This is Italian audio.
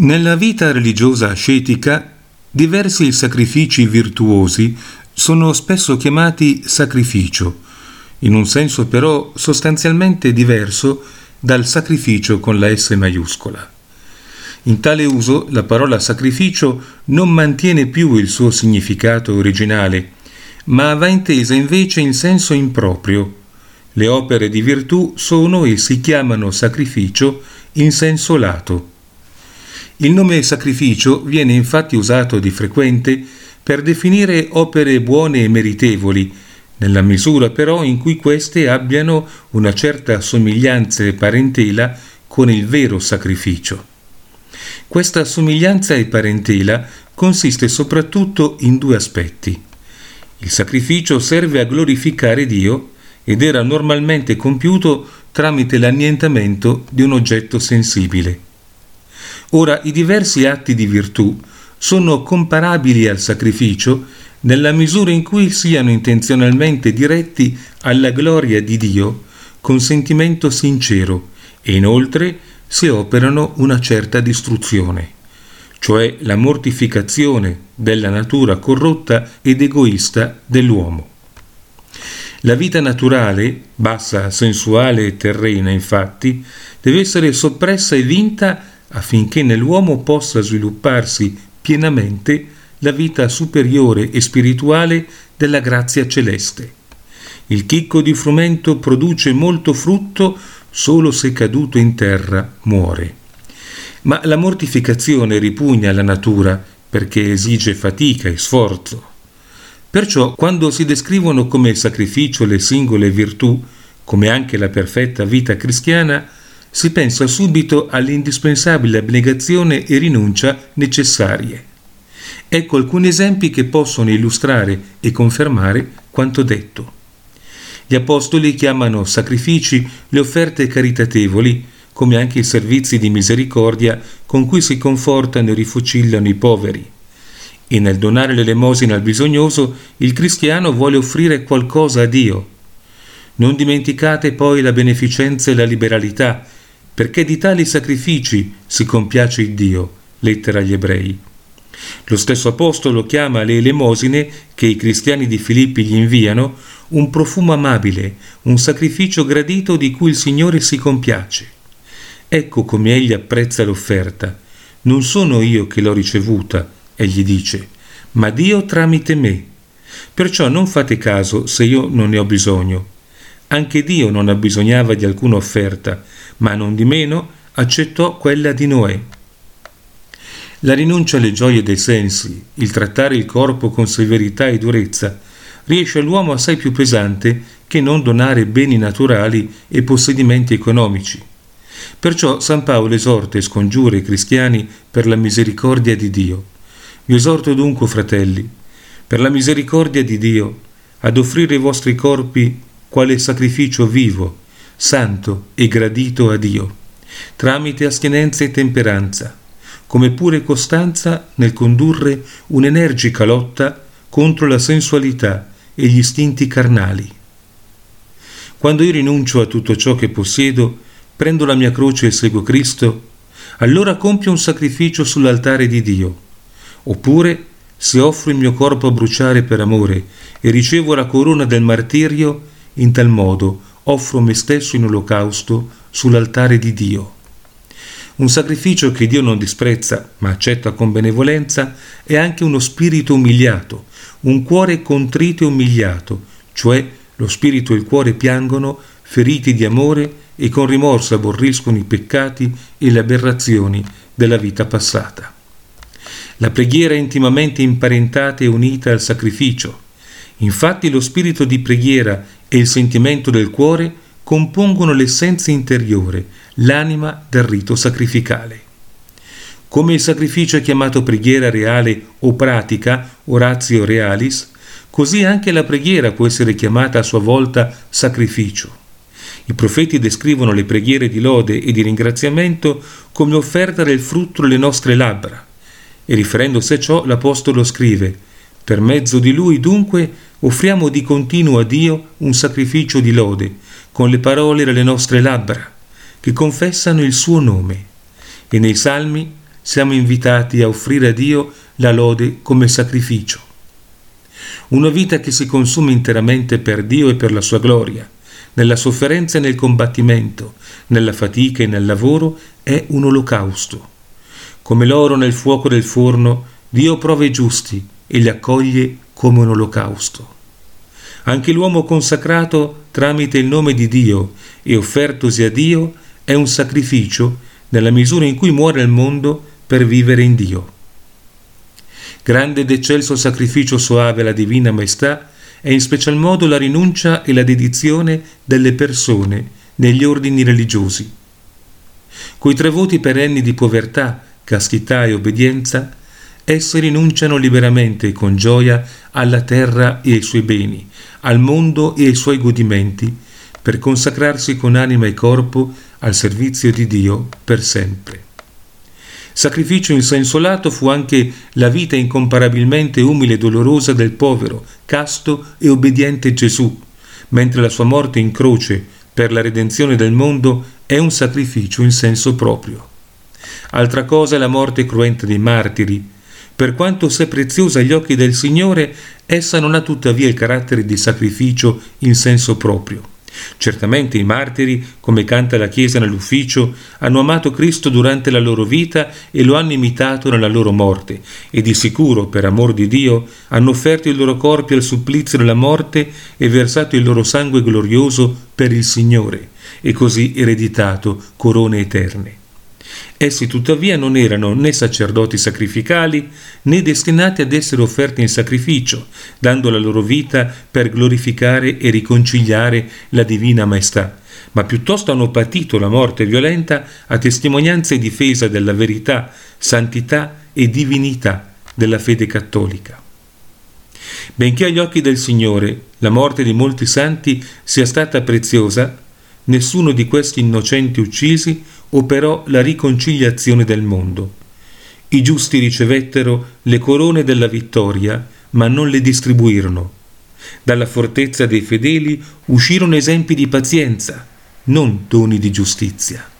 Nella vita religiosa ascetica, diversi sacrifici virtuosi sono spesso chiamati sacrificio, in un senso però sostanzialmente diverso dal sacrificio con la S maiuscola. In tale uso la parola sacrificio non mantiene più il suo significato originale, ma va intesa invece in senso improprio. Le opere di virtù sono e si chiamano sacrificio in senso lato. Il nome sacrificio viene infatti usato di frequente per definire opere buone e meritevoli, nella misura però in cui queste abbiano una certa somiglianza e parentela con il vero sacrificio. Questa somiglianza e parentela consiste soprattutto in due aspetti. Il sacrificio serve a glorificare Dio ed era normalmente compiuto tramite l'annientamento di un oggetto sensibile. Ora, i diversi atti di virtù sono comparabili al sacrificio nella misura in cui siano intenzionalmente diretti alla gloria di Dio con sentimento sincero e inoltre si operano una certa distruzione, cioè la mortificazione della natura corrotta ed egoista dell'uomo. La vita naturale, bassa, sensuale e terrena, infatti, deve essere soppressa e vinta affinché nell'uomo possa svilupparsi pienamente la vita superiore e spirituale della grazia celeste. Il chicco di frumento produce molto frutto solo se caduto in terra muore. Ma la mortificazione ripugna la natura perché esige fatica e sforzo. Perciò quando si descrivono come sacrificio le singole virtù, come anche la perfetta vita cristiana, si pensa subito all'indispensabile abnegazione e rinuncia necessarie. Ecco alcuni esempi che possono illustrare e confermare quanto detto. Gli apostoli chiamano sacrifici le offerte caritatevoli, come anche i servizi di misericordia con cui si confortano e rifocillano i poveri. E nel donare l'elemosina al bisognoso, il cristiano vuole offrire qualcosa a Dio. Non dimenticate poi la beneficenza e la liberalità, perché di tali sacrifici si compiace il Dio. Lettera agli Ebrei. Lo stesso apostolo chiama le elemosine che i cristiani di Filippi gli inviano un profumo amabile, un sacrificio gradito di cui il Signore si compiace. Ecco come egli apprezza l'offerta. Non sono io che l'ho ricevuta, egli dice, ma Dio tramite me. Perciò non fate caso se io non ne ho bisogno. Anche Dio non abbisognava di alcuna offerta, ma non di meno accettò quella di Noè. La rinuncia alle gioie dei sensi, il trattare il corpo con severità e durezza, riesce all'uomo assai più pesante che non donare beni naturali e possedimenti economici. Perciò San Paolo esorta e scongiura i cristiani per la misericordia di Dio. Vi esorto dunque, fratelli, per la misericordia di Dio, ad offrire i vostri corpi quale sacrificio vivo, santo e gradito a Dio, tramite astinenza e temperanza, come pure costanza nel condurre un'energica lotta contro la sensualità e gli istinti carnali. Quando io rinuncio a tutto ciò che possiedo, prendo la mia croce e seguo Cristo, allora compio un sacrificio sull'altare di Dio. Oppure, se offro il mio corpo a bruciare per amore e ricevo la corona del martirio, in tal modo offro me stesso in olocausto sull'altare di Dio. Un sacrificio che Dio non disprezza, ma accetta con benevolenza, è anche uno spirito umiliato, un cuore contrito e umiliato, cioè lo spirito e il cuore piangono, feriti di amore e con rimorso aborriscono i peccati e le aberrazioni della vita passata. La preghiera è intimamente imparentata e unita al sacrificio. Infatti lo spirito di preghiera e il sentimento del cuore compongono l'essenza interiore, l'anima del rito sacrificale. Come il sacrificio è chiamato preghiera reale o pratica, oratio realis, così anche la preghiera può essere chiamata a sua volta sacrificio. I profeti descrivono le preghiere di lode e di ringraziamento come offerta del frutto delle nostre labbra, e riferendosi a ciò l'Apostolo scrive: per mezzo di lui dunque offriamo di continuo a Dio un sacrificio di lode, con le parole delle nostre labbra, che confessano il suo nome. E nei Salmi siamo invitati a offrire a Dio la lode come sacrificio. Una vita che si consuma interamente per Dio e per la sua gloria, nella sofferenza e nel combattimento, nella fatica e nel lavoro, è un olocausto. Come l'oro nel fuoco del forno, Dio prova i giusti e li accoglie come un olocausto. Anche l'uomo consacrato tramite il nome di Dio e offertosi a Dio è un sacrificio nella misura in cui muore al mondo per vivere in Dio. Grande ed eccelso sacrificio soave alla Divina Maestà è in special modo la rinuncia e la dedizione delle persone negli ordini religiosi. Coi 3 voti perenni di povertà, castità e obbedienza, essi rinunciano liberamente e con gioia alla terra e ai suoi beni, al mondo e ai suoi godimenti, per consacrarsi con anima e corpo al servizio di Dio per sempre. Sacrificio in senso lato fu anche la vita incomparabilmente umile e dolorosa del povero, casto e obbediente Gesù, mentre la sua morte in croce per la redenzione del mondo è un sacrificio in senso proprio. Altra cosa è la morte cruenta dei martiri. Per quanto sia preziosa agli occhi del Signore, essa non ha tuttavia il carattere di sacrificio in senso proprio. Certamente i martiri, come canta la Chiesa nell'ufficio, hanno amato Cristo durante la loro vita e lo hanno imitato nella loro morte, e di sicuro, per amor di Dio, hanno offerto i loro corpi al supplizio della morte e versato il loro sangue glorioso per il Signore, e così ereditato corone eterne. Essi tuttavia non erano né sacerdoti sacrificali né destinati ad essere offerti in sacrificio, dando la loro vita per glorificare e riconciliare la Divina Maestà, ma piuttosto hanno patito la morte violenta a testimonianza e difesa della verità, santità e divinità della fede cattolica. Benché agli occhi del Signore la morte di molti santi sia stata preziosa, nessuno di questi innocenti uccisi operò la riconciliazione del mondo. I giusti ricevettero le corone della vittoria, ma non le distribuirono. Dalla fortezza dei fedeli uscirono esempi di pazienza, non doni di giustizia.